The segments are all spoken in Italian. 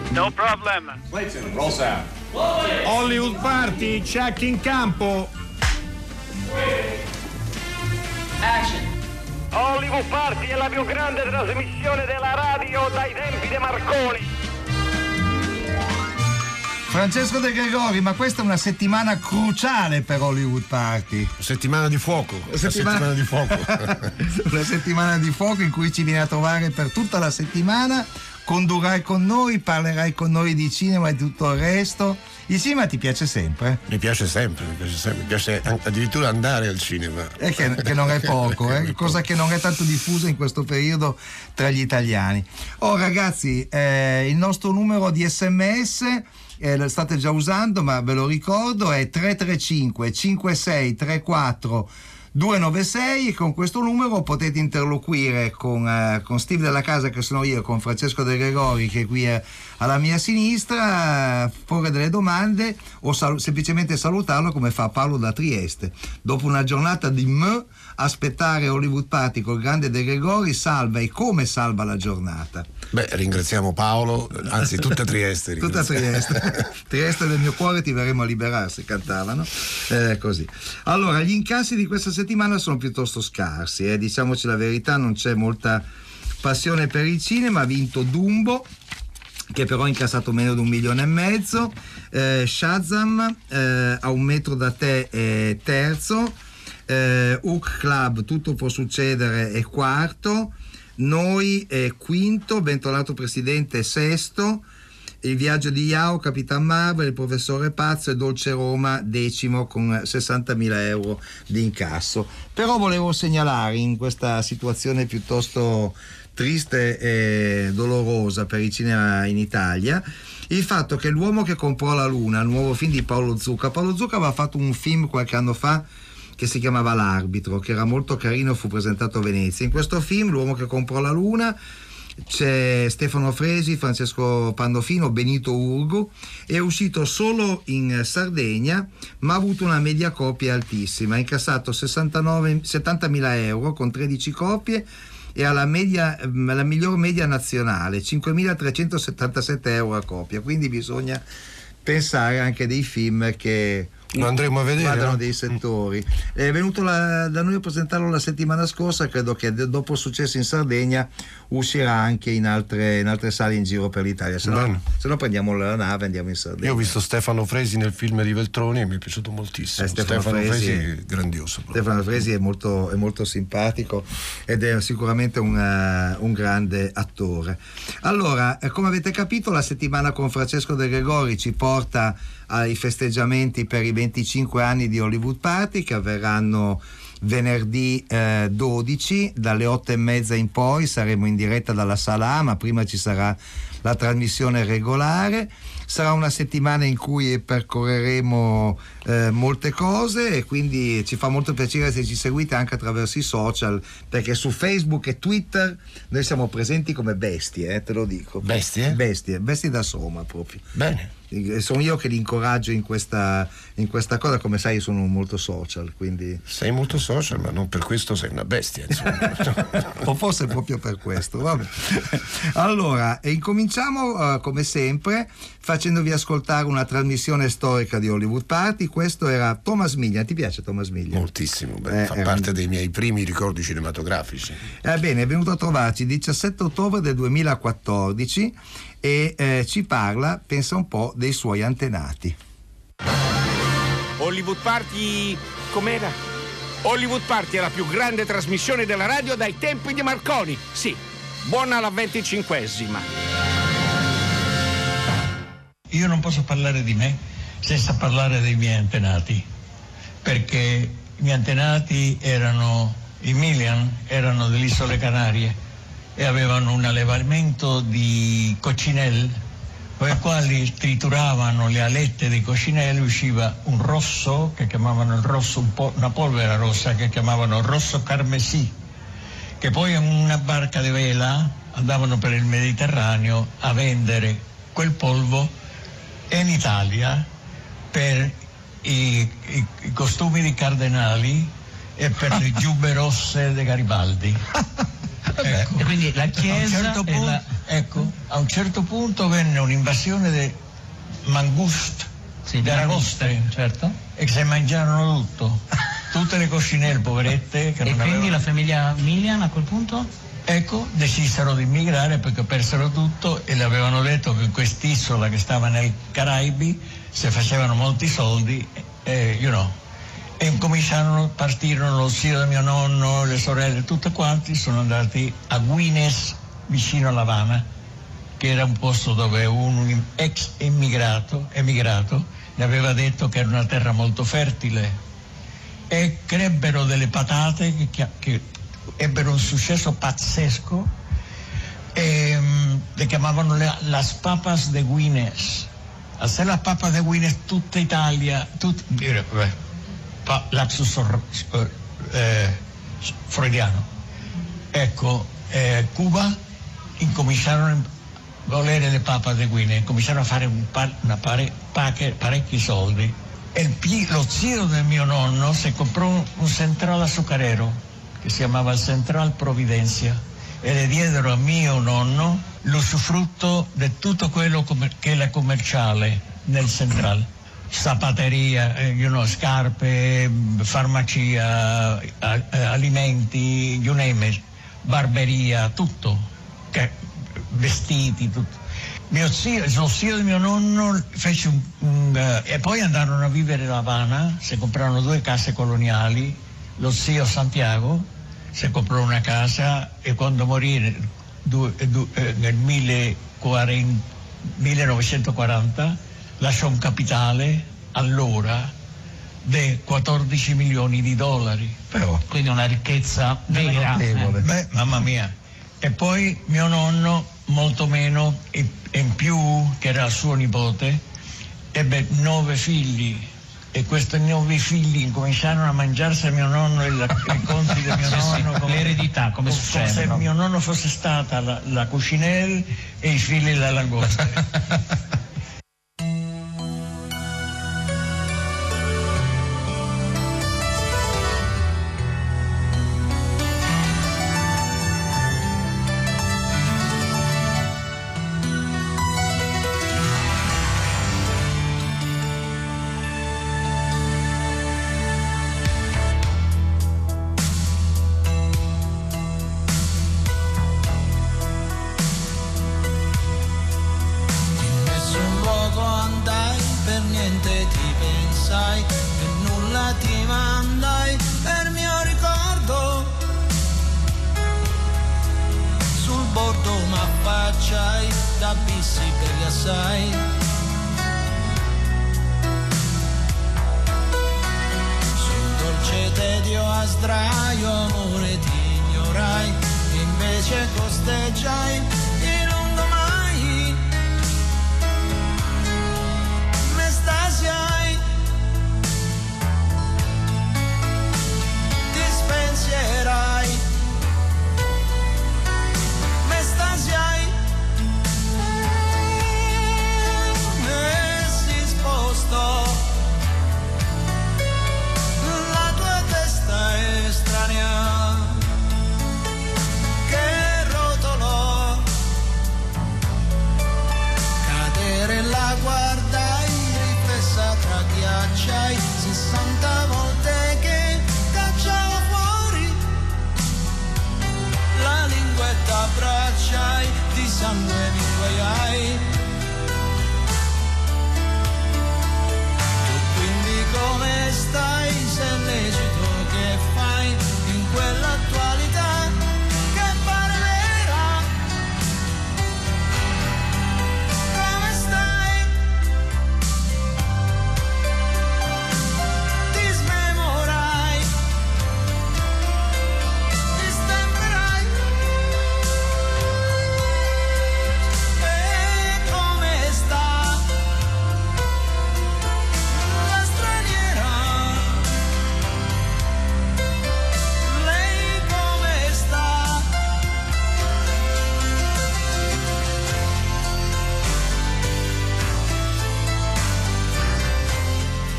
No problem. Clayton, roll sound. Hollywood Party, check in campo. Action. Hollywood Party è la più grande trasmissione della radio dai tempi di Marconi. Francesco De Gregori, ma questa è una settimana cruciale per Hollywood Party. Settimana di fuoco. Settimana di fuoco. Una settimana di fuoco in cui ci vieni a trovare per tutta la settimana, condurrai con noi, parlerai con noi di cinema e tutto il resto. Il cinema ti piace sempre? Mi piace sempre, mi piace addirittura andare al cinema. Che non è poco, cosa che non è tanto diffusa in questo periodo tra gli italiani. Oh ragazzi, il nostro numero di SMS lo state già usando, ma ve lo ricordo, è 335 5634 296 e con questo numero potete interloquire con Steve Della Casa, che sono io, con Francesco De Gregori, che è qui alla mia sinistra, porre delle domande o semplicemente salutarlo come fa Paolo da Trieste. Dopo una giornata di aspettare Hollywood Party col grande De Gregori salva, e come salva la giornata? Beh, ringraziamo Paolo, anzi tutta Trieste. Tutta Trieste. Trieste del mio cuore, ti verremo a liberarsi, cantavano. Così. Allora, gli incassi di questa settimana sono piuttosto scarsi, diciamoci la verità, non c'è molta passione per il cinema. Ha vinto Dumbo, che però ha incassato meno di 1,5 milioni. Shazam, A un metro da te, è terzo. Hook Club, Tutto può succedere, è quarto. Noi è quinto. Bentornato Presidente è sesto. Il viaggio di Yao, Capitan Marvel, Il professore pazzo e Dolce Roma decimo con 60.000 euro di incasso. Però volevo segnalare, in questa situazione piuttosto triste e dolorosa per il cinema in Italia, il fatto che L'uomo che comprò la luna, il nuovo film di Paolo Zucca aveva fatto un film qualche anno fa che si chiamava L'arbitro, che era molto carino, fu presentato a Venezia. In questo film, L'uomo che comprò la luna, c'è Stefano Fresi, Francesco Pandolfino, Benito Urgu. È uscito solo in Sardegna, ma ha avuto una media copia altissima, ha incassato 70.000 euro con 13 copie e ha la miglior media nazionale, 5.377 euro a copia. Quindi bisogna pensare anche dei film che lo andremo a vedere, vadano no? Dei settori. È venuto da noi a presentarlo la settimana scorsa, credo che dopo il successo in Sardegna uscirà anche in altre sale in giro per l'Italia, se no prendiamo la nave e andiamo in Sardegna. Io ho visto Stefano Fresi nel film di Veltroni e mi è piaciuto moltissimo. Stefano Fresi è grandioso proprio. Stefano Fresi è molto simpatico ed è sicuramente un grande attore. Allora, come avete capito, la settimana con Francesco De Gregori ci porta ai festeggiamenti per i 25 anni di Hollywood Party, che avverranno venerdì 12 dalle 8:30 in poi. Saremo in diretta dalla sala A, ma prima ci sarà la trasmissione regolare. Sarà una settimana in cui percorreremo molte cose e quindi ci fa molto piacere se ci seguite anche attraverso i social, perché su Facebook e Twitter noi siamo presenti come bestie, te lo dico. Bestie? Bestie da Soma proprio. Bene. Sono io che li incoraggio in questa cosa, come sai io sono molto social, quindi... Sei molto social, ma non per questo sei una bestia, insomma. O forse proprio per questo, vabbè. Allora, incominciamo come sempre facendovi ascoltare una trasmissione storica di Hollywood Party. Questo era Thomas Millian. Ti piace Thomas Millian? Moltissimo, fa parte dei miei primi ricordi cinematografici. Bene, è venuto a trovarci il 17 ottobre del 2014 e ci parla, pensa un po', dei suoi antenati. Hollywood Party, com'era? Hollywood Party è la più grande trasmissione della radio dai tempi di Marconi. Sì, buona la 25esima. Io non posso parlare di me senza parlare dei miei antenati, perché i miei antenati i Millian erano delle Isole Canarie e avevano un allevamento di coccinelle, con i quali trituravano le alette dei coccinelli, usciva un rosso che chiamavano il rosso, una polvere rossa che chiamavano rosso carmesì, che poi in una barca di vela andavano per il Mediterraneo a vendere quel polvo in Italia per i costumi di cardenali e per le giubbe rosse di Garibaldi. Ecco. E quindi la Chiesa ecco, a un certo punto venne un'invasione di manguste, di aragoste, certo, e che si mangiarono tutto, tutte le coscinelle poverette. Che e non quindi avevano... la famiglia Milian a quel punto? Ecco, decisero di immigrare perché persero tutto e le avevano detto che in quest'isola che stava nei Caraibi si facevano molti soldi, e partirono lo zio di mio nonno, le sorelle, tutte quanti, sono andati a Guines, vicino a Havana, che era un posto dove un ex emigrato ne aveva detto che era una terra molto fertile, e crebbero delle patate che ebbero un successo pazzesco, e le chiamavano las papas de Guines. Hasta las papas de Guines, tutta Italia, lapsus freudiano. Ecco, Cuba incominciarono a volere le papas de Guines, cominciarono a fare parecchi soldi, e lo zio del mio nonno si comprò un centrale azucarero che si chiamava il Central Providencia, e le diedero a mio nonno l'usufrutto di tutto quello che è commerciale nel Central, zapateria, scarpe, farmacia, alimenti, you name it, barberia, tutto, vestiti, tutto. Lo zio di mio nonno fece e poi andarono a vivere a Havana, si comprarono 2 case coloniali. Lo zio Santiago si comprò una casa e quando morì nel 1940 lasciò un capitale allora di 14 milioni di dollari. Però, quindi una ricchezza vera. Beh, mamma mia. E poi mio nonno, molto meno, e in più, che era suo nipote, ebbe 9 figli. E questi 9 figli incominciarono a mangiarsi mio nonno e i conti di mio nonno, come l'eredità, come succede. Se mio nonno fosse stata la cucinelle e i figli la langosta.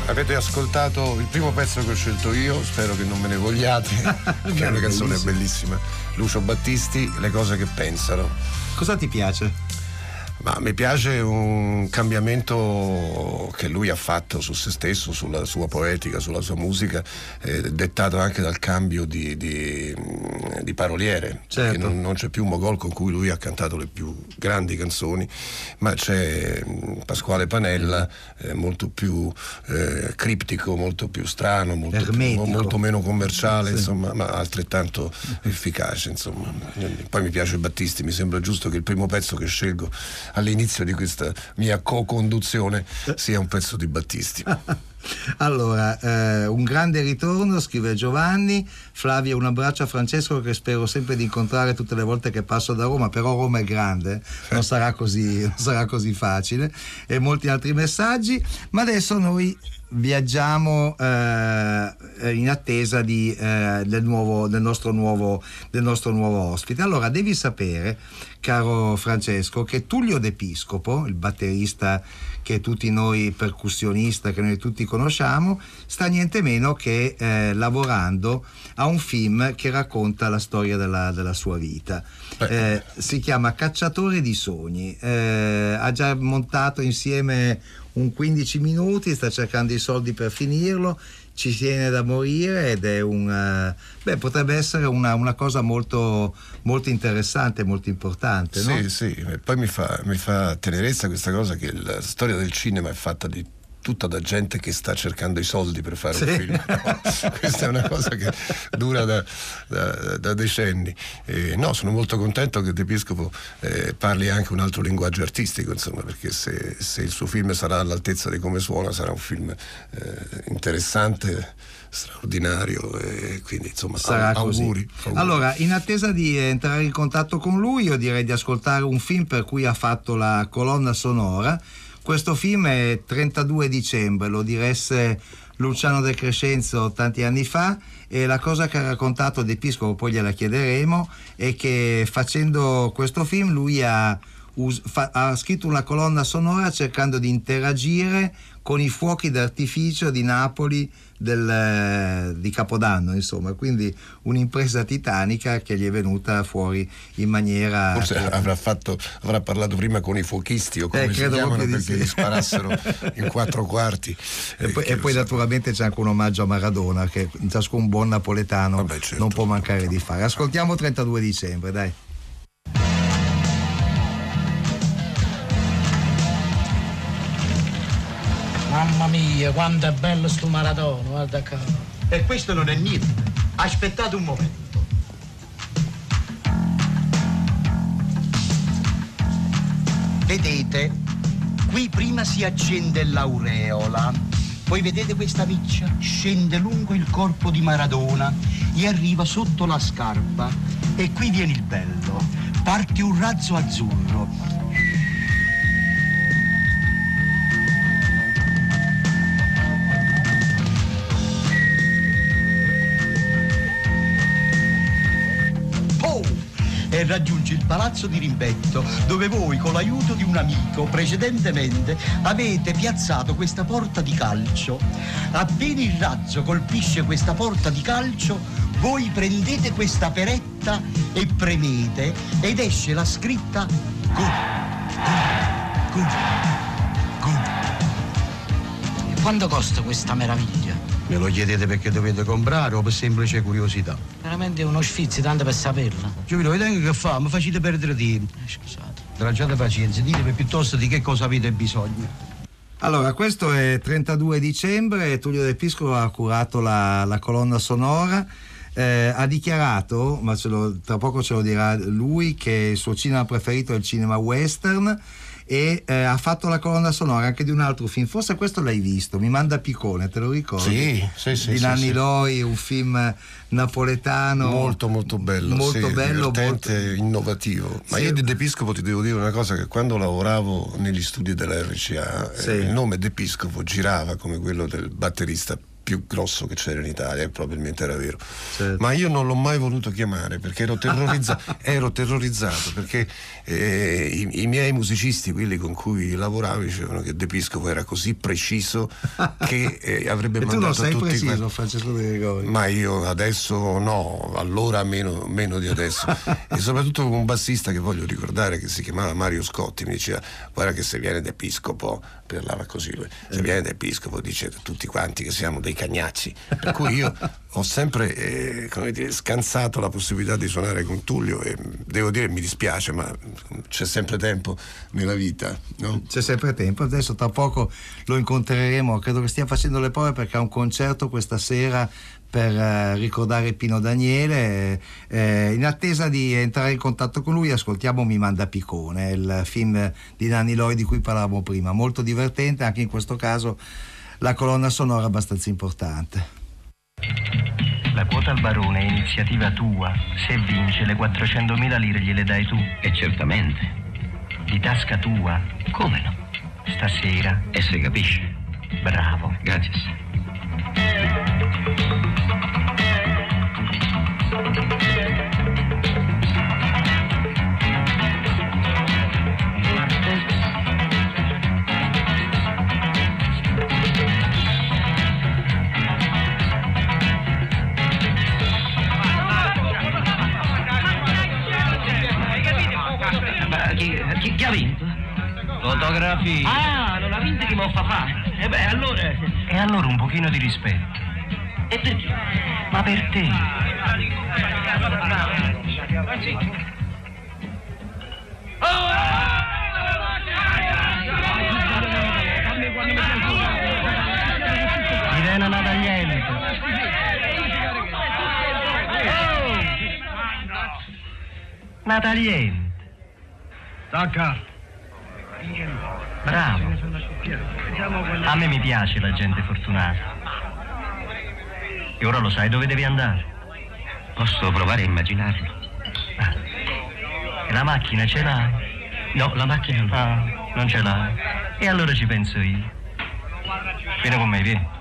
Avete ascoltato il primo pezzo che ho scelto io, spero che non me ne vogliate, che è una canzone bellissima. Lucio Battisti, Le cose che pensano. Cosa ti piace? Ma mi piace un cambiamento che lui ha fatto su se stesso, sulla sua poetica, sulla sua musica, dettato anche dal cambio di paroliere. Certo. Perché non c'è più Mogol, con cui lui ha cantato le più grandi canzoni, ma c'è Pasquale Panella, molto più criptico, molto più strano, molto meno commerciale, sì. Insomma, ma altrettanto efficace, insomma. Poi mi piace Battisti, mi sembra giusto che il primo pezzo che scelgo all'inizio di questa mia co-conduzione sia un pezzo di Battisti. Allora, un grande ritorno, scrive Giovanni. Flavia, un abbraccio a Francesco che spero sempre di incontrare tutte le volte che passo da Roma, però Roma è grande, non sarà così facile, e molti altri messaggi. Ma adesso noi viaggiamo in attesa del nostro nuovo ospite. Allora, devi sapere, caro Francesco, che Tullio De Piscopo, il batterista che tutti noi, percussionista che noi tutti conosciamo, sta niente meno che lavorando a un film che racconta la storia della sua vita. Si chiama Cacciatore di sogni. Ha già montato insieme un 15 minuti, sta cercando i soldi per finirlo, ci tiene da morire ed è potrebbe essere una cosa molto, molto interessante, molto importante, no? Sì, e poi mi fa tenerezza questa cosa, che la storia del cinema è fatta tutta da gente che sta cercando i soldi per fare un film. No, questa è una cosa che dura da decenni. Sono molto contento che De Piscopo parli anche un altro linguaggio artistico, insomma, perché se il suo film sarà all'altezza di come suona, sarà un film interessante, straordinario, e quindi insomma sarà auguri. Allora, in attesa di entrare in contatto con lui, io direi di ascoltare un film per cui ha fatto la colonna sonora. Questo film è 32 dicembre, lo diresse Luciano De Crescenzo tanti anni fa, e la cosa che ha raccontato De Piscopo, poi gliela chiederemo, è che facendo questo film lui ha scritto una colonna sonora cercando di interagire con i fuochi d'artificio di Napoli di Capodanno, insomma, quindi un'impresa titanica che gli è venuta fuori in maniera... Forse avrà parlato prima con i fuochisti, o come si chiamano, perché gli sparassero in 4 quarti. E poi naturalmente c'è anche un omaggio a Maradona che ciascun buon napoletano certo, non può mancare di fare. Ascoltiamo 32 dicembre, dai. Mamma mia, quanto è bello sto Maradona, guarda qua. E questo non è niente. Aspettate un momento. Vedete? Qui prima si accende l'aureola. Poi vedete questa miccia? Scende lungo il corpo di Maradona e arriva sotto la scarpa. E qui viene il bello. Parte un razzo azzurro. E raggiunge il palazzo di Rimbetto, dove voi, con l'aiuto di un amico, precedentemente avete piazzato questa porta di calcio. Appena il razzo colpisce questa porta di calcio, voi prendete questa peretta e premete ed esce la scritta Gol, gol, gol, gol. E quanto costa questa meraviglia? Me lo chiedete perché dovete comprare o per semplice curiosità? Veramente uno sfizio, tanto per saperla. Giulio, vedete che fa? Mi facete perdere tempo. Scusate. Traggiate pazienza, ditemi piuttosto di che cosa avete bisogno. Allora, questo è 32 dicembre, Tullio De Piscopo ha curato la colonna sonora. Ha dichiarato, ma tra poco ce lo dirà lui, che il suo cinema preferito è il cinema western, e ha fatto la colonna sonora anche di un altro film, forse questo l'hai visto, Mi manda Piccone, te lo ricordi? Sì, di Nanni Loi, un film napoletano molto bello, divertente, innovativo. Ma io di De Piscopo ti devo dire una cosa, che quando lavoravo negli studi della RCA il nome De Piscopo girava come quello del batterista più grosso che c'era in Italia, probabilmente era vero. Certo. Ma io non l'ho mai voluto chiamare perché ero terrorizzato perché i miei musicisti, quelli con cui lavoravo, dicevano che De Piscopo era così preciso che avrebbe e mandato tu non sei tutti preciso, Francesco De Gregori? Ma io adesso no, allora meno di adesso. E soprattutto un bassista che voglio ricordare, che si chiamava Mario Scotti, mi diceva: guarda che se viene De Piscopo, parlava così lui, se viene De Piscopo dice tutti quanti che siamo dei cagnacci. Per cui io ho sempre scansato la possibilità di suonare con Tullio, e devo dire mi dispiace, ma c'è sempre tempo nella vita, no? C'è sempre tempo. Adesso tra poco lo incontreremo, credo che stia facendo le prove perché ha un concerto questa sera per ricordare Pino Daniele. In attesa di entrare in contatto con lui ascoltiamo Mi manda Piccone, il film di Nanni Loi di cui parlavamo prima, molto divertente, anche in questo caso la colonna sonora abbastanza importante. La quota al barone è iniziativa tua. Se vince le 400.000 lire gliele dai tu. E certamente. Di tasca tua. Come no? Stasera. E se capisce. Bravo. Grazie. Chi ha vinto? Fotografia. Ah, non ha vinto chi me lo fa fare. Allora. E allora un pochino di rispetto. E perché? Ma per te. Irene Natagliente. Natagliente. Tacca. Bravo. A me mi piace la gente fortunata. E ora lo sai dove devi andare? Posso provare a immaginarlo. E la macchina ce l'hai? No, la macchina no. Ah, non ce l'hai. E allora ci penso io. Vieni con me, vieni.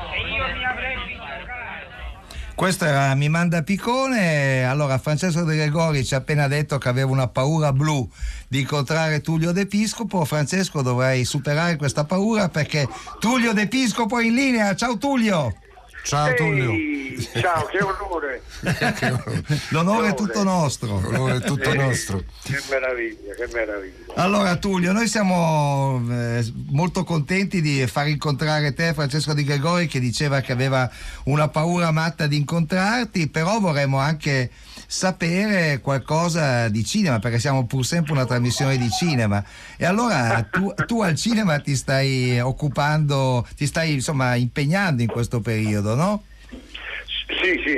Questo era Mi manda Piccone. Allora, Francesco De Gregori ci ha appena detto che aveva una paura blu di incontrare Tullio De Piscopo. Francesco, dovrai superare questa paura perché Tullio De Piscopo è in linea. Ciao Tullio. Ciao Tullio. Ciao, che onore. L'onore è tutto nostro. L'onore è tutto nostro. Che meraviglia, che meraviglia. Allora Tullio, noi siamo molto contenti di far incontrare te, Francesco Di Gregori, che diceva che aveva una paura matta di incontrarti, però vorremmo anche sapere qualcosa di cinema, perché siamo pur sempre una trasmissione di cinema. E allora tu al cinema ti stai occupando, ti stai insomma impegnando in questo periodo, no? Sì,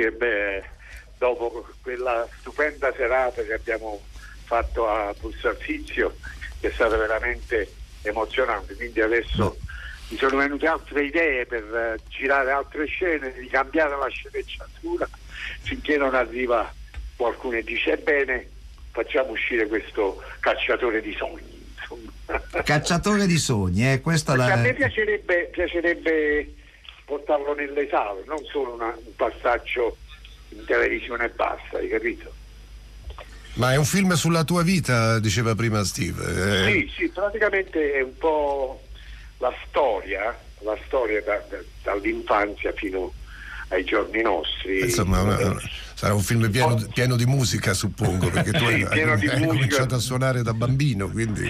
dopo quella stupenda serata che abbiamo fatto a Bussartizio, che è stata veramente emozionante, quindi adesso mi sono venute altre idee per girare altre scene, di cambiare la sceneggiatura finché non arriva qualcuno e dice: ebbene, facciamo uscire questo cacciatore di sogni, insomma. Cacciatore di sogni, questa a me piacerebbe portarlo nelle sale, non solo un passaggio in televisione e basta, hai capito? Ma è un film sulla tua vita, diceva prima Steve. Sì, praticamente è un po' la storia dall'infanzia fino ai giorni nostri. Insomma, sarà un film pieno di musica, suppongo, perché tu hai cominciato a suonare da bambino, quindi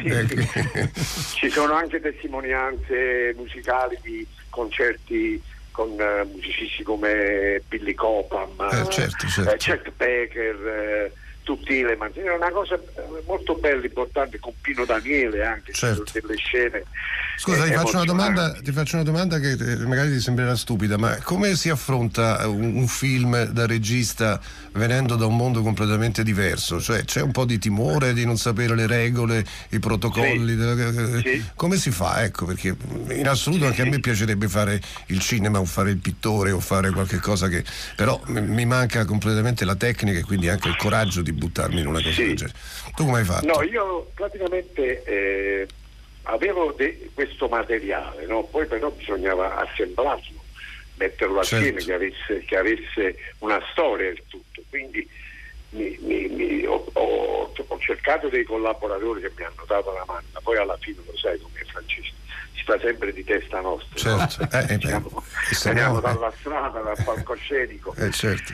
Ci sono anche testimonianze musicali di concerti con musicisti come Billy Cobham, certo. Chet Baker, tutti Elements. È una cosa molto bella, importante, con Pino Daniele anche, delle scene. Scusa, ti faccio una domanda che magari ti sembrerà stupida, ma come si affronta un film da regista venendo da un mondo completamente diverso? Cioè, c'è un po' di timore di non sapere le regole, i protocolli? Sì. Come si fa? Ecco, perché in assoluto anche a me piacerebbe fare il cinema o fare il pittore o fare qualche cosa che... però mi manca completamente la tecnica e quindi anche il coraggio di buttarmi in una cosa del genere. Tu come hai fatto? No, io praticamente avevo questo materiale, no? Poi però bisognava assemblarlo metterlo assieme, che avesse una storia il tutto. Quindi ho cercato dei collaboratori che mi hanno dato la mano, ma poi alla fine lo sai come Francesco, si fa sempre di testa nostra, certo. No? Veniamo dalla strada, dal palcoscenico, certo.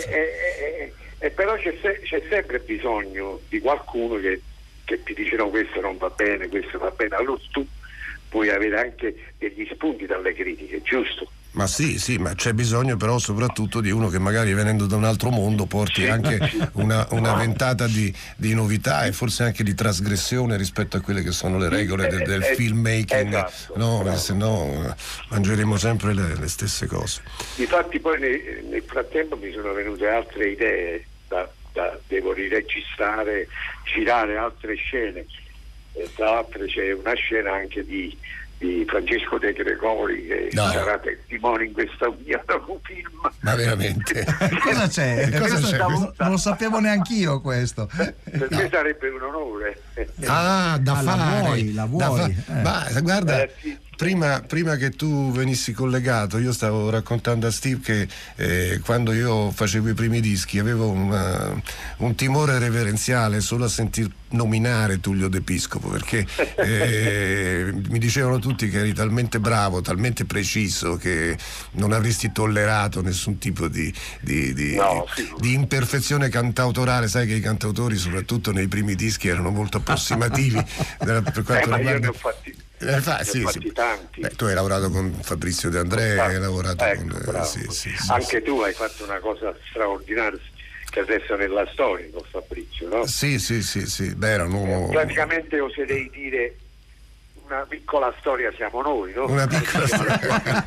E però c'è sempre bisogno di qualcuno che ti dice no, questo non va bene, questo va bene, allora tu puoi avere anche degli spunti dalle critiche, giusto? Ma sì, ma c'è bisogno però soprattutto di uno che magari venendo da un altro mondo porti anche una ventata di novità e forse anche di trasgressione rispetto a quelle che sono le regole del filmmaking, esatto, no, se no mangeremo sempre le stesse cose. Difatti poi nel frattempo mi sono venute altre idee, devo riregistrare, girare altre scene, e tra l'altro c'è una scena anche di Francesco De Gregori che sarà testimone in questo mio nuovo film. Ma veramente? Cosa c'è? Non lo sapevo neanch'io questo. Per me sarebbe un onore. Da fare. La vuoi. Ma guarda, prima che tu venissi collegato io stavo raccontando a Steve che quando io facevo i primi dischi avevo un timore reverenziale solo a sentir nominare Tullio De Piscopo, perché mi dicevano tutti che eri talmente bravo, talmente preciso che non avresti tollerato nessun tipo di imperfezione cantautorale. Sai che i cantautori soprattutto nei primi dischi erano molto approssimativi per quanto riguarda. Fatti tanti. Tu hai lavorato con Fabrizio De André, hai lavorato con anche tu hai fatto una cosa straordinaria che adesso è nella storia con Fabrizio, no? Sì. Beh, era un uomo. Praticamente oserei dire una piccola storia siamo noi, no? Una piccola storia.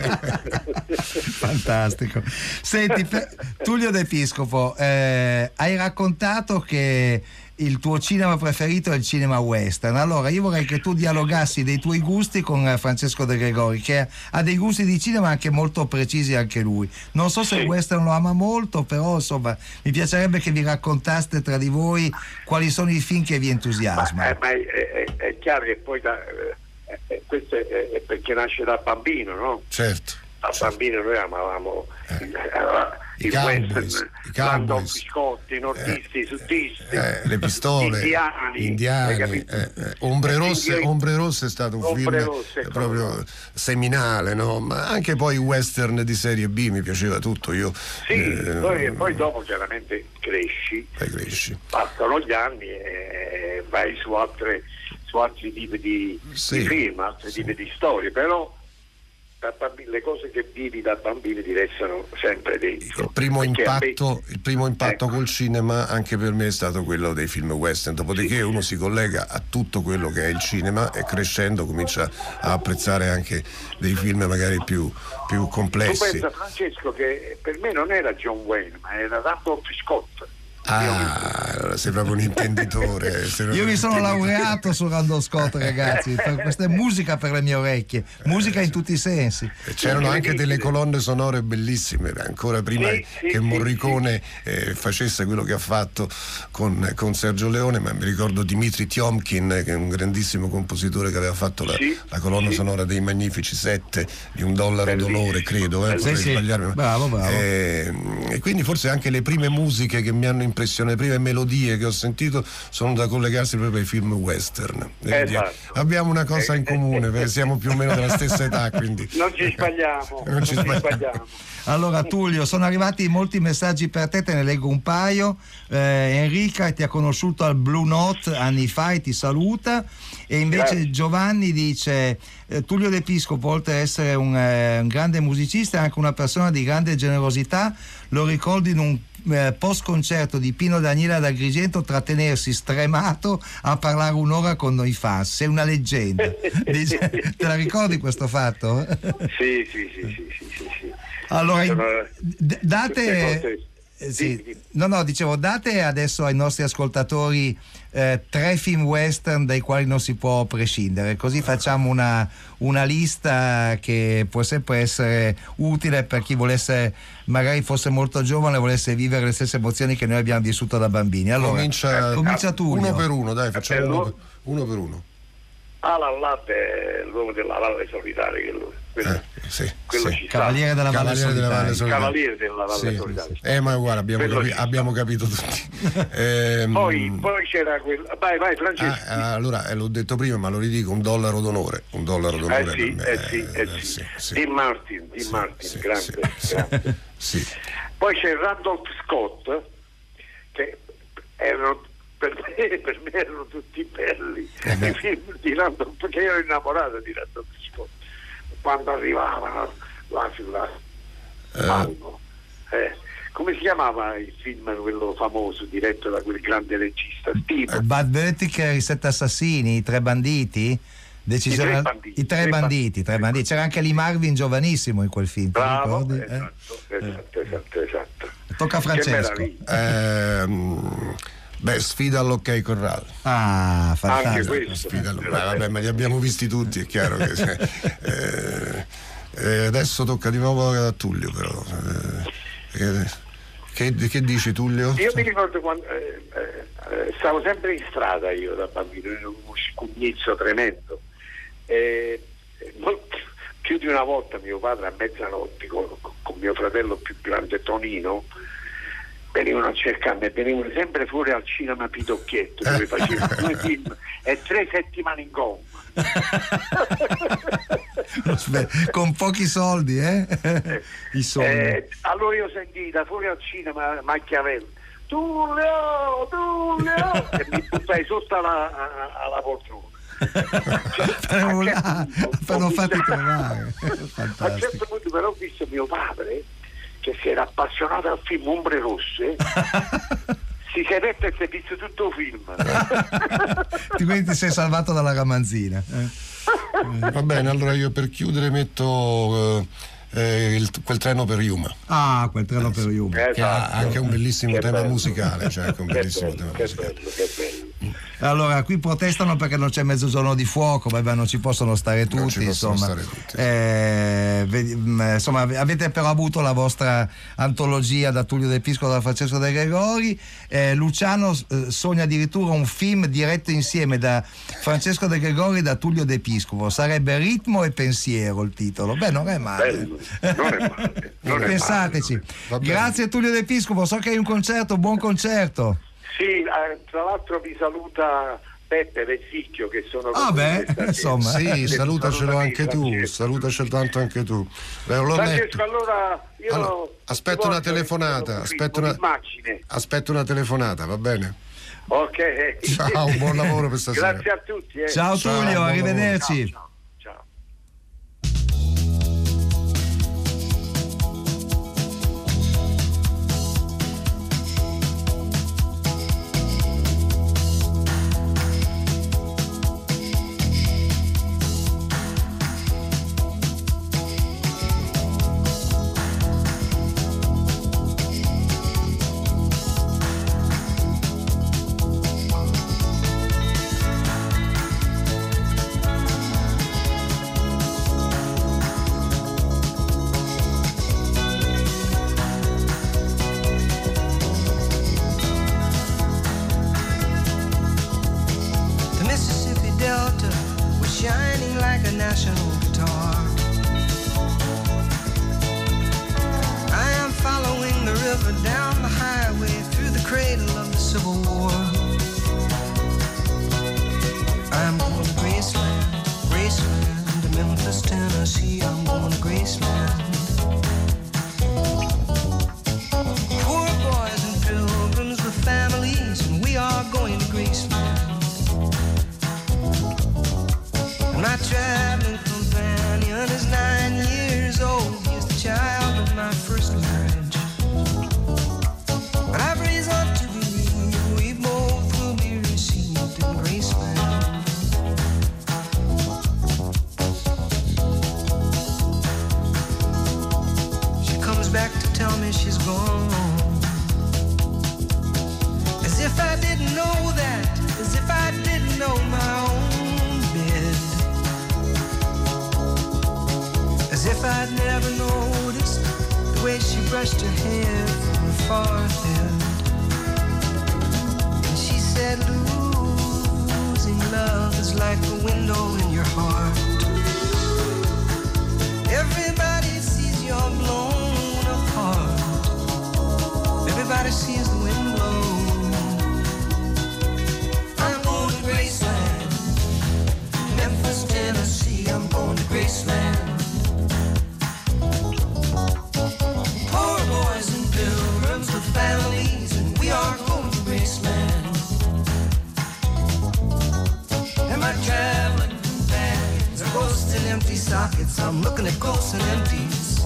Fantastico. Senti, Tullio De Piscopo, hai raccontato che il tuo cinema preferito è il cinema western. Allora io vorrei che tu dialogassi dei tuoi gusti con Francesco De Gregori, che ha dei gusti di cinema anche molto precisi anche lui. Non so se il western lo ama molto, però insomma mi piacerebbe che vi raccontaste tra di voi quali sono i film che vi entusiasmano. Ma è chiaro che poi questo è perché nasce da bambino, no? Certo. Da bambino noi amavamo i cowboys, biscotti, nordisti, sudisti, le pistole, indiani. Ombre Rosse è stato un film proprio seminale, no? Ma anche poi i western di serie B mi piaceva tutto. Poi dopo chiaramente cresci, passano gli anni e vai su altri tipi di film, altri tipi di storie, però le cose che vivi da bambini ti restano sempre dentro. Il primo impatto col cinema anche per me è stato quello dei film western, dopodiché uno si collega a tutto quello che è il cinema e crescendo comincia a apprezzare anche dei film magari più complessi. Tu pensa, Francesco, che per me non era John Wayne ma era Randolph Scott. Allora sei proprio un intenditore. Io mi sono laureato su Randolph Scott, ragazzi. Questa è musica per le mie orecchie, musica in tutti i sensi. E c'erano anche delle colonne sonore bellissime, ancora prima che Morricone facesse quello che ha fatto con Sergio Leone, ma mi ricordo Dmitri Tiomkin, che è un grandissimo compositore che aveva fatto la colonna sonora dei Magnifici Sette, di $1 d'onore, credo, potrei sbagliarmi. Bravo. E quindi forse anche le prime musiche che mi hanno impressione, le prime melodie che ho sentito sono da collegarsi proprio ai film western. Abbiamo una cosa in comune, perché siamo più o meno della stessa età, quindi non ci sbagliamo. Allora Tullio, sono arrivati molti messaggi per te ne leggo un paio. Enrica ti ha conosciuto al Blue Note anni fa e ti saluta, e invece Giovanni dice Tullio De Piscopo, oltre ad essere un grande musicista, è anche una persona di grande generosità. Lo ricordo in un post concerto di Pino Daniele ad Agrigento trattenersi stremato a parlare un'ora con noi fans. Sei una leggenda. Te la ricordi questo fatto? Sì. Allora date adesso ai nostri ascoltatori 3 film western dai quali non si può prescindere, così facciamo una lista che può sempre essere utile per chi volesse, magari fosse molto giovane e volesse vivere le stesse emozioni che noi abbiamo vissuto da bambini. Allora comincia tu. Uno per uno, dai, facciamo uno per uno. Alan Ladd è l'uomo della Valle Solitaria, quello ci sta. Cavaliere della Valle Solitaria. Cavaliere della Valle Solitaria. Ma guarda, abbiamo capito tutti. Poi c'era quel. Vai Francesco. Allora, l'ho detto prima, ma lo ridico, $1 d'onore. Sì. Dean Martin, grande. Sì. Poi c'è Randolph Scott, che per me erano tutti belli i film di Randolph, perché io ero innamorato di Randolph Scott quando arrivavano là sulla palmo. Come si chiamava il film, quello famoso diretto da quel grande regista Bad Vertical, i 7 assassini, i 3 banditi? I tre banditi. C'era anche Lee Marvin giovanissimo in quel film. Bravo, esatto. Tocca a Francesco. Sfida all'Ok Corral. Fantastico. Anche questo. Ma li abbiamo visti tutti, è chiaro che adesso tocca di nuovo a Tullio, però. Che dici, Tullio? Io mi ricordo quando stavo sempre in strada io da bambino, in uno scugnizzo tremendo. Più di una volta mio padre a mezzanotte con mio fratello più grande Tonino venivano a cercarmi e venivano sempre fuori al cinema Pitocchietto, dove facevano 2 film e 3 settimane in gomma. Con pochi soldi, I soldi. Allora io sentii da fuori al cinema Machiavelli, Tullio, e mi buttai sotto alla poltrona. Per non farti trovare. A un certo punto però ho visto mio padre che si era appassionato al film Ombre Rosse, si sedette e si è visto tutto il film. Quindi ti sei salvato dalla ramanzina. Va bene, allora io per chiudere metto quel treno per Yuma. Quel treno per Yuma. Che ha anche un bellissimo tema musicale. Che bello. Allora, qui protestano perché non c'è Mezzogiorno di Fuoco, non ci possono stare tutti, insomma. Insomma, avete però avuto la vostra antologia da Tullio De Piscopo, da Francesco De Gregori. Luciano sogna addirittura un film diretto insieme da Francesco De Gregori e da Tullio De Piscopo. Sarebbe Ritmo e Pensiero il titolo. Non è male. Pensateci. Grazie Tullio De Piscopo, so che hai un concerto, buon concerto. Sì, tra l'altro vi saluta Peppe Vezzicchio, che sono insomma. Sì, salutacelo anche tu, salutacelo tanto anche tu. Francesco, allora io aspetto una telefonata, aspetto una telefonata, va bene? Ok. Ciao, buon lavoro per stasera. Grazie a tutti. Ciao Tullio, arrivederci. Ciao. Losing love is is like a window in your heart. Everybody sees you're blown apart. Everybody sees the wind blow. I'm going to Graceland, Memphis, Tennessee. I'm going to Graceland. Poor boys and pilgrims with families, and we are going to Graceland. Am I traveling bags or ghosts in empty sockets? I'm looking at ghosts and empties.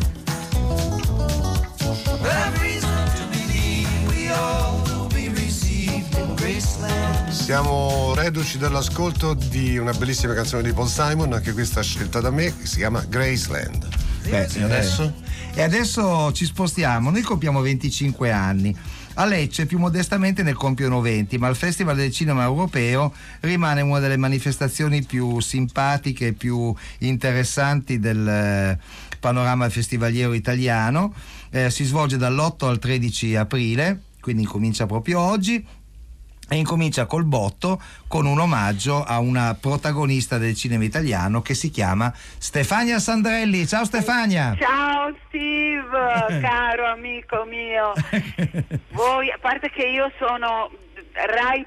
But I've reason to believe we all will be received in Graceland. Siamo reduci dall'ascolto di una bellissima canzone di Paul Simon, anche questa scelta da me, che si chiama Graceland. Beh, e adesso ci spostiamo, noi compiamo 25 anni. A Lecce più modestamente ne compiono 20, ma il Festival del Cinema Europeo rimane una delle manifestazioni più simpatiche e più interessanti del panorama festivaliero italiano. Si svolge dall'8 al 13 aprile, quindi incomincia proprio oggi. E incomincia col botto con un omaggio a una protagonista del cinema italiano che si chiama Stefania Sandrelli. Ciao Stefania! Ciao Steve, caro amico mio. Voi, a parte che io sono Radio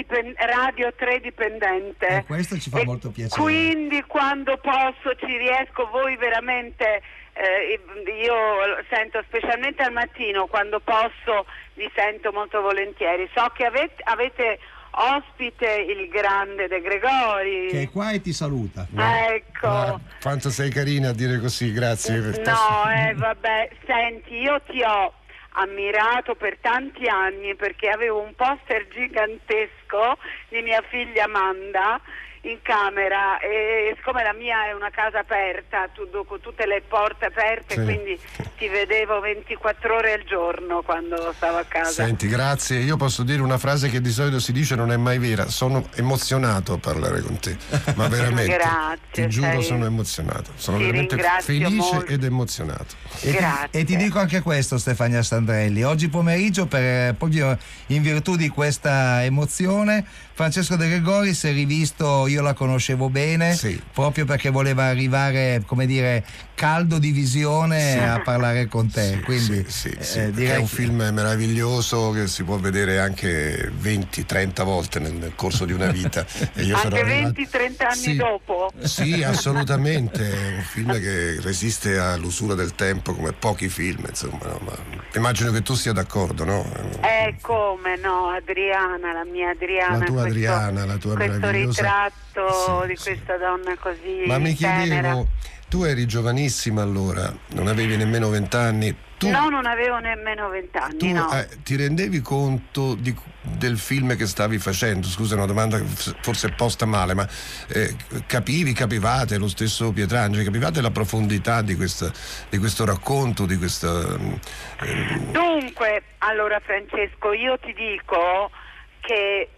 3 dipendente. Questo ci fa molto piacere. Quindi quando posso ci riesco, voi veramente... io sento specialmente al mattino, quando posso vi sento molto volentieri. So che avete ospite il grande De Gregori, che è qua e ti saluta. Ecco. Quanto sei carina a dire così, grazie. No, vabbè, senti, io ti ho ammirato per tanti anni perché avevo un poster gigantesco di mia figlia Amanda in camera, e siccome la mia è una casa aperta, con tutte le porte aperte, sì, quindi ti vedevo 24 ore al giorno quando stavo a casa. Senti, grazie. Io posso dire una frase che di solito si dice, non è mai vera. Sono emozionato a parlare con te, ma veramente. Grazie, ti giuro, sono emozionato. Sono veramente felice molto. Ed emozionato. E ti dico anche questo, Stefania Sandrelli. Oggi pomeriggio, proprio in virtù di questa emozione, Francesco De Gregori si è rivisto, io la conoscevo bene, sì, proprio perché voleva arrivare, come dire, caldo di visione, sì, a parlare con te. Sì, quindi direi è un film meraviglioso che si può vedere anche 20-30 volte nel corso di una vita. E io anche 20-30 anni dopo? Sì, assolutamente. È un film che resiste all'usura del tempo come pochi film, insomma, no? Ma immagino che tu sia d'accordo, no? Come no, Adriana, la mia Adriana. La tua Adriana, la tua meravigliosa... ritratto di questa donna così. Ma mi tenera. Chiedevo, tu eri giovanissima allora, non avevi nemmeno 20 anni. No, non avevo nemmeno 20 anni. Tu no. Ti rendevi conto del film che stavi facendo? Scusa, è una domanda forse posta male, ma capivate lo stesso Pietrangeli, capivate la profondità di questo racconto, di questa... Dunque, allora Francesco, io ti dico che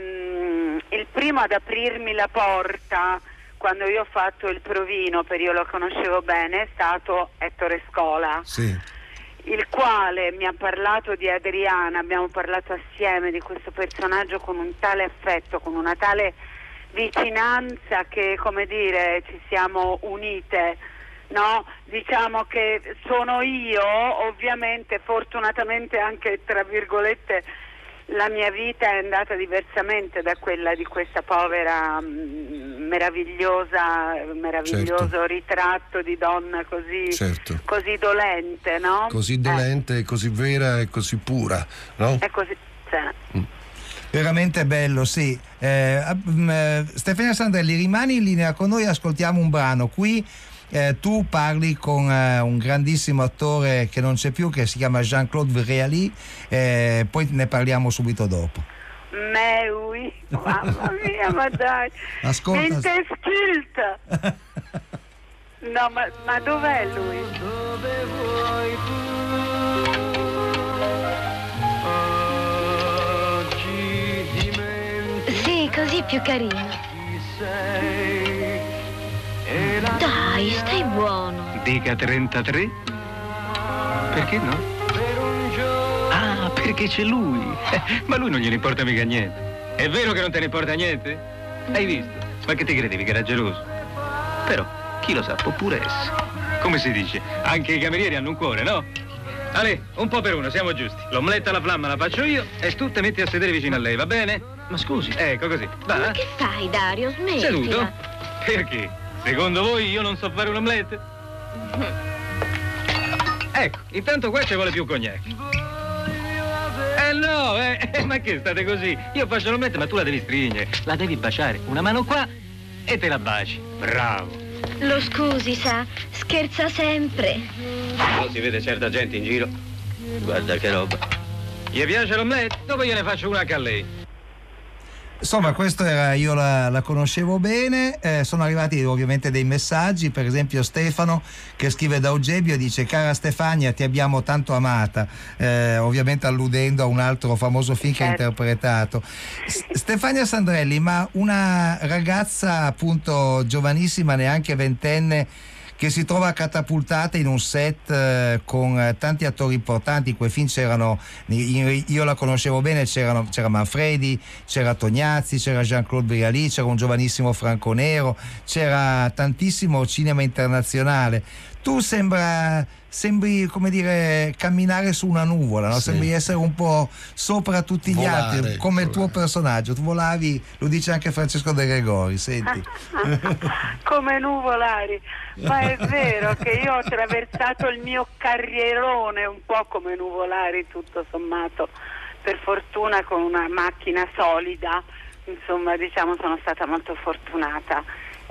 il primo ad aprirmi la porta quando io ho fatto il provino, perché io lo conoscevo bene, è stato Ettore Scola, sì, il quale mi ha parlato di Adriana, abbiamo parlato assieme di questo personaggio con un tale affetto, con una tale vicinanza che, come dire, ci siamo unite, no? Diciamo che sono io, ovviamente, fortunatamente anche, tra virgolette, la mia vita è andata diversamente da quella di questa povera meraviglioso certo, ritratto di donna così, certo, così dolente, no? Così dolente, così vera e così pura, no? È così, cioè. Veramente bello, sì. Stefania Sandrelli, rimani in linea con noi, ascoltiamo un brano. Qui tu parli con un grandissimo attore che non c'è più, che si chiama Jean-Claude Vreali, poi ne parliamo subito dopo. Oui, mamma mia, ma dai, ascolta. Mente Skilt. No, ma dov'è lui? Dove vuoi tu? Sì, così più carino. Dai, stai buono. Dica 33? Perché no? Perché c'è lui. Ma lui non gliene importa mica niente. È vero che non te ne importa niente? Hai visto? Ma che ti credevi che era geloso? Però, chi lo sa, può pure essere. Come si dice? Anche i camerieri hanno un cuore, no? Ale, un po' per uno, siamo giusti. L'omeletta alla flamma la faccio io e tu te metti a sedere vicino a lei, va bene? Ma scusi. Ecco così. Va. Ma che fai, Dario? Smettila. Seduto? Perché? Secondo voi io non so fare un'omelette? Ecco, intanto qua ci vuole più cognac. No, ma che state così? Io faccio l'omelette ma tu la devi stringere, la devi baciare. Una mano qua e te la baci. Bravo. Lo scusi, sa, scherza sempre. Non si vede certa gente in giro. Guarda che roba. Gli piace l'omelette? Dopo gliene faccio una anche a lei. Insomma, questo era, io la conoscevo bene, sono arrivati ovviamente dei messaggi, per esempio Stefano che scrive da Eusebio e dice: cara Stefania, ti abbiamo tanto amata, ovviamente alludendo a un altro famoso film che ha interpretato. Stefania Sandrelli, ma una ragazza appunto giovanissima, neanche ventenne, che si trova catapultata in un set con tanti attori importanti. In quei film c'erano, io la conoscevo bene, c'era Manfredi, c'era Tognazzi, c'era Jean-Claude Brialy, c'era un giovanissimo Franco Nero, c'era tantissimo cinema internazionale. Tu sembri, come dire, camminare su una nuvola, no? Sì. Sembri essere un po' sopra tutti gli altri, come il tuo personaggio. Tu volavi, lo dice anche Francesco De Gregori, senti. Come nuvolari. Ma è vero che io ho attraversato il mio carrierone un po' come nuvolari, tutto sommato, per fortuna con una macchina solida, insomma, diciamo, sono stata molto fortunata.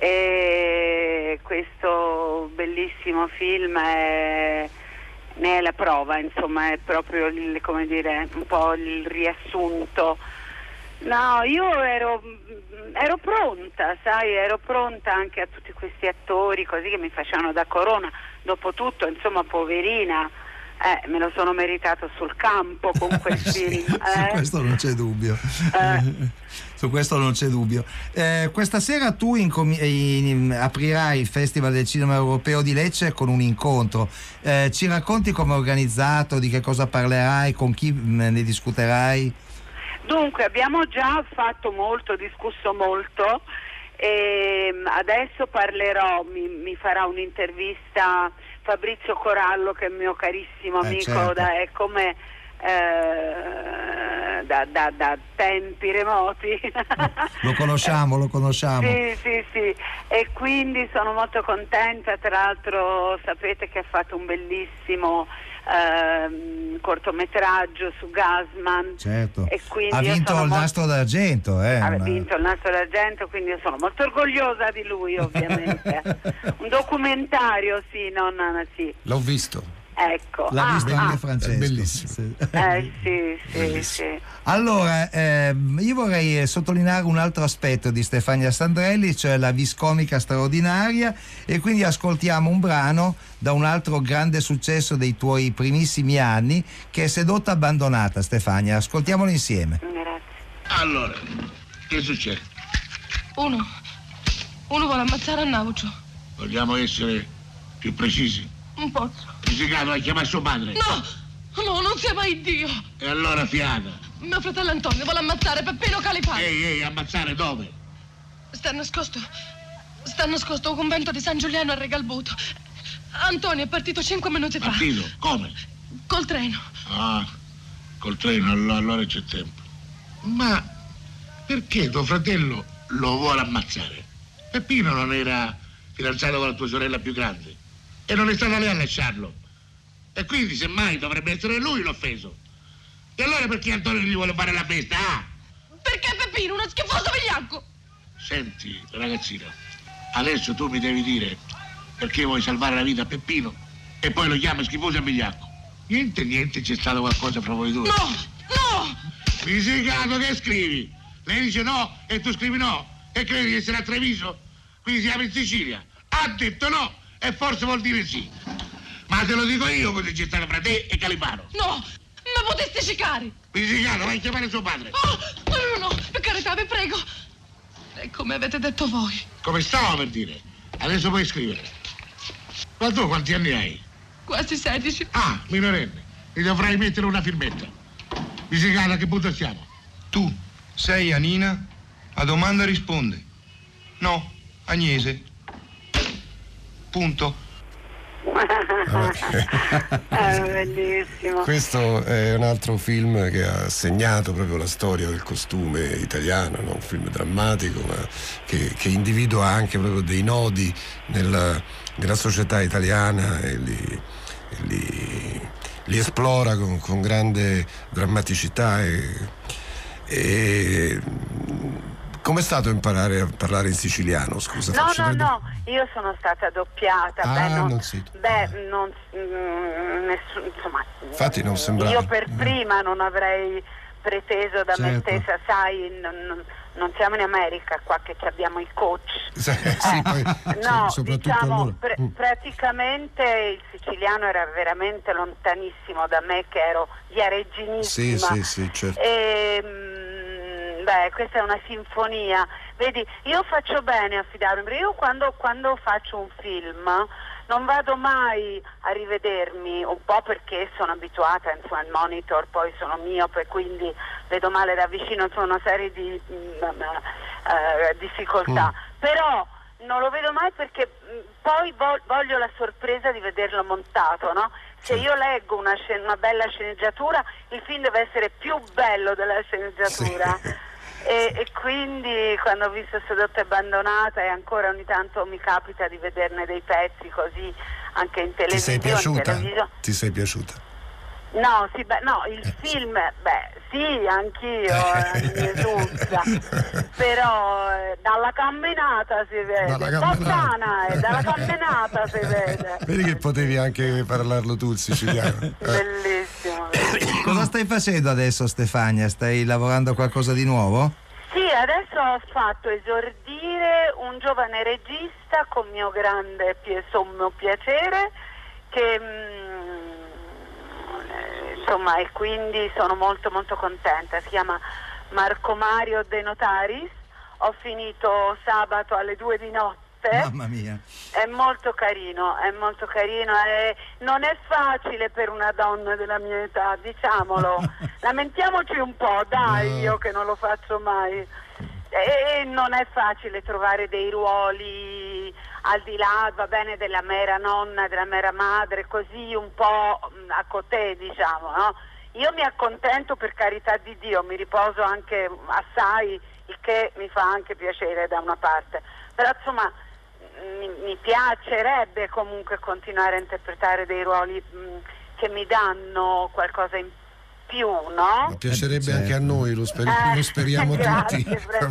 E questo bellissimo film ne è la prova, insomma, è proprio come dire, un po' il riassunto. No, io ero pronta, sai, ero pronta anche a tutti questi attori così che mi facevano da corona. Dopotutto, insomma, poverina, me lo sono meritato sul campo con quel film. Su questo non c'è dubbio. Su questo non c'è dubbio. Questa sera tu aprirai il Festival del Cinema Europeo di Lecce con un incontro. Ci racconti come è organizzato, di che cosa parlerai, con chi ne discuterai? Dunque, abbiamo già fatto molto, discusso molto, e adesso parlerò, mi farà un'intervista Fabrizio Corallo, che è il mio carissimo amico, certo. Da tempi remoti. Lo conosciamo. Sì, e quindi sono molto contenta. Tra l'altro sapete che ha fatto un bellissimo cortometraggio su Gassman, certo. E quindi ha vinto il Nastro d'Argento, ha vinto il Nastro d'Argento, quindi io sono molto orgogliosa di lui, ovviamente. Un documentario, sì. L'ho visto. Ecco. L'ha visto anche Francesco. È bellissimo. Sì. Allora, io vorrei sottolineare un altro aspetto di Stefania Sandrelli, cioè la viscomica straordinaria, e quindi ascoltiamo un brano da un altro grande successo dei tuoi primissimi anni, che è Sedotta abbandonata. Stefania, ascoltiamolo insieme. Grazie. Allora, che succede? Uno vuole ammazzare a Naucio. Vogliamo essere più precisi? Non posso. Fisicato a chiamare suo padre. No, non sia mai Dio. E allora fiata. Mio fratello Antonio vuole ammazzare Peppino Calipano. Ehi, ammazzare dove? Sta nascosto a un convento di San Giuliano a Regalbuto. Antonio è partito 5 minuti fa. Partito? Come? Col treno. Ah, col treno, allora c'è tempo. Ma perché tuo fratello lo vuole ammazzare? Peppino non era fidanzato con la tua sorella più grande e non è stata lei a lasciarlo. E quindi semmai dovrebbe essere lui l'offeso. E allora perché Antonio gli vuole fare la festa? Perché Peppino, uno schifoso vigliacco. Senti, ragazzina, adesso tu mi devi dire perché vuoi salvare la vita a Peppino e poi lo chiami schifoso e vigliacco. Niente, c'è stato qualcosa fra voi due. No! Fisicato, che scrivi? Lei dice no e tu scrivi no. E credi di essere a Treviso? Quindi siamo in Sicilia. Ha detto no e forse vuol dire sì. Ma te lo dico io cosa c'è stato fra te e Calipano. No, ma poteste cicare. Fisicato, vai a chiamare suo padre. No, per carità, vi prego. È come avete detto voi. Come stavo per dire. Adesso puoi scrivere. Ma tu quanti anni hai? Quasi 16. Ah, minorenne. Mi dovrai mettere una firmetta. Fisicato, a che punto siamo? Tu sei Anina A domanda risponde. No, Agnese. Punto. Bellissimo. Questo è un altro film che ha segnato proprio la storia del costume italiano, no? Un film drammatico, ma che individua anche proprio dei nodi nella società italiana e li esplora con grande drammaticità. E com'è stato imparare a parlare in siciliano? Scusa. No, io sono stata doppiata. Insomma, infatti non sembrava. Io per prima non avrei preteso da me stessa, sai, non siamo in America qua che abbiamo i coach. Poi, no, soprattutto diciamo, allora. praticamente il siciliano era veramente lontanissimo da me, che ero iaregginissima. Sì, certo. Questa è una sinfonia. Vedi, io faccio bene a fidarmi, perché io quando faccio un film non vado mai a rivedermi, un po' perché sono abituata, insomma il monitor poi sono miope, quindi vedo male da vicino, insomma una serie di difficoltà, però non lo vedo mai perché poi voglio la sorpresa di vederlo montato, no? Se io leggo una bella sceneggiatura, il film deve essere più bello della sceneggiatura. Sì. E quindi quando ho visto Sedotta e abbandonata, e ancora ogni tanto mi capita di vederne dei pezzi così anche in televisione. Ti sei piaciuta? No, il film, sì, anch'io mi esulta, però dalla camminata si vede, lontana, dalla camminata si vede. Vedi che potevi anche parlarlo tu il siciliano. Bellissimo. Cosa stai facendo adesso, Stefania? Stai lavorando a qualcosa di nuovo? Sì, adesso ho fatto esordire un giovane regista con mio grande sommo piacere, che insomma, e quindi sono molto molto contenta. Si chiama Marco Mario De Notaris. Ho finito sabato alle 2 di notte. Mamma mia. È molto carino, e non è facile per una donna della mia età, diciamolo. Lamentiamoci un po', dai, io che non lo faccio mai. E non è facile trovare dei ruoli al di là, va bene, della mera nonna, della mera madre, così un po' a cotè, diciamo, no? Io mi accontento, per carità di Dio, mi riposo anche assai, il che mi fa anche piacere da una parte, però insomma mi piacerebbe comunque continuare a interpretare dei ruoli che mi danno qualcosa in più, no? Mi piacerebbe anche a noi, lo speriamo tutti.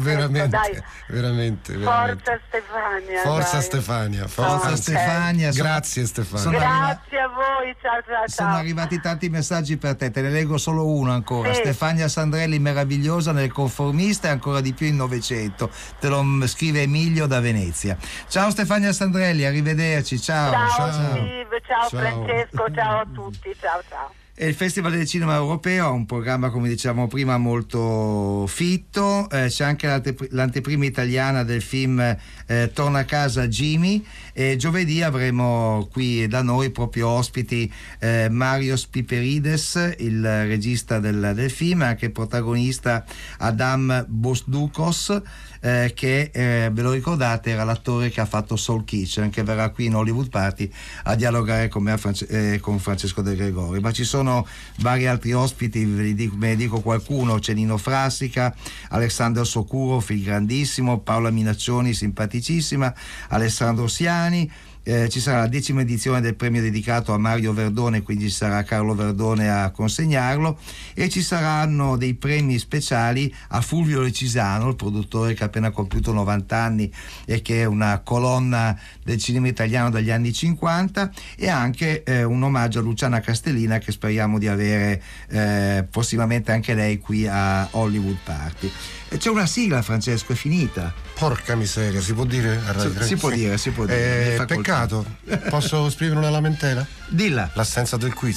Veramente. Forza Stefania. Forza Stefania. Stefania. Grazie Stefania. Grazie a voi, ciao. Sono arrivati tanti messaggi per te, te ne leggo solo uno ancora. Sì. Stefania Sandrelli, meravigliosa nel Conformista e ancora di più in Novecento. Te lo scrive Emilio da Venezia. Ciao Stefania Sandrelli, arrivederci, ciao. Ciao Steve, ciao Francesco, ciao a tutti, ciao. E il Festival del Cinema Europeo ha un programma, come dicevamo prima, molto fitto. C'è anche l'anteprima italiana del film Torna a casa Jimmy, e giovedì avremo qui da noi proprio ospiti Marios Piperides, il regista del film, anche protagonista Adam Bosdukos, che ve lo ricordate era l'attore che ha fatto Soul Kitchen, che verrà qui in Hollywood Party a dialogare con me con Francesco De Gregori. Ma ci sono vari altri ospiti, ve ne dico qualcuno: c'è Nino Frassica, Alessandro Socurov, il grandissimo, Paola Minaccioni, simpaticissima, Alessandro Siani. Ci sarà la 10ª edizione del premio dedicato a Mario Verdone, quindi ci sarà Carlo Verdone a consegnarlo, e ci saranno dei premi speciali a Fulvio Lecisano, il produttore che ha appena compiuto 90 anni e che è una colonna del cinema italiano dagli anni 50, e anche un omaggio a Luciana Castellina, che speriamo di avere prossimamente anche lei qui a Hollywood Party. C'è una sigla, Francesco, è finita. Porca miseria, si può dire? Si può dire. Peccato. Posso esprimere una lamentela? Dilla. L'assenza del quiz.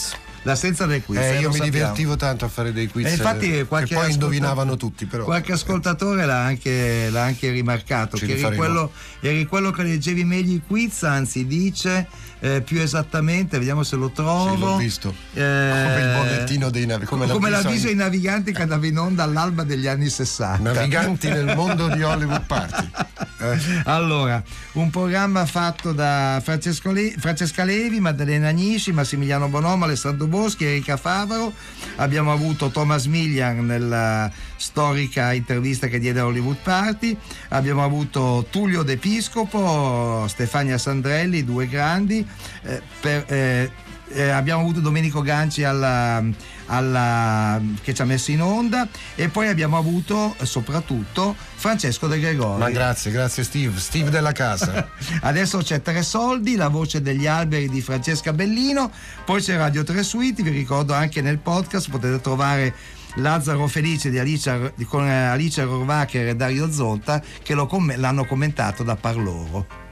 l'assenza del quiz. Io mi sappiamo. divertivo tanto a fare dei quiz, infatti che poi indovinavano tutti, però qualche ascoltatore l'ha anche rimarcato, che eri quello che leggevi meglio i quiz, anzi dice più esattamente, vediamo se lo trovo. Sì, l'ho visto. Come il bollettino dei naviganti, come l'avviso ai naviganti che andava in onda all'alba degli anni 60. Naviganti nel mondo di Hollywood Party. Allora, un programma fatto da Francesca Levi, Maddalena Agnisci, Massimiliano Bonomo, Alessandro Boschi, Erika Favaro. Abbiamo avuto Thomas Millian nella storica intervista che diede a Hollywood Party. Abbiamo avuto Tullio De Piscopo, Stefania Sandrelli, due grandi. Abbiamo avuto Domenico Ganci che ci ha messo in onda, e poi abbiamo avuto soprattutto Francesco De Gregori. Ma grazie Steve della casa. Adesso c'è Tre Soldi, la voce degli alberi di Francesca Bellino, poi c'è Radio Tre Suite. Vi ricordo anche nel podcast potete trovare Lazzaro Felice con Alice Rohrwacher e Dario Zolta, che l'hanno commentato da par loro.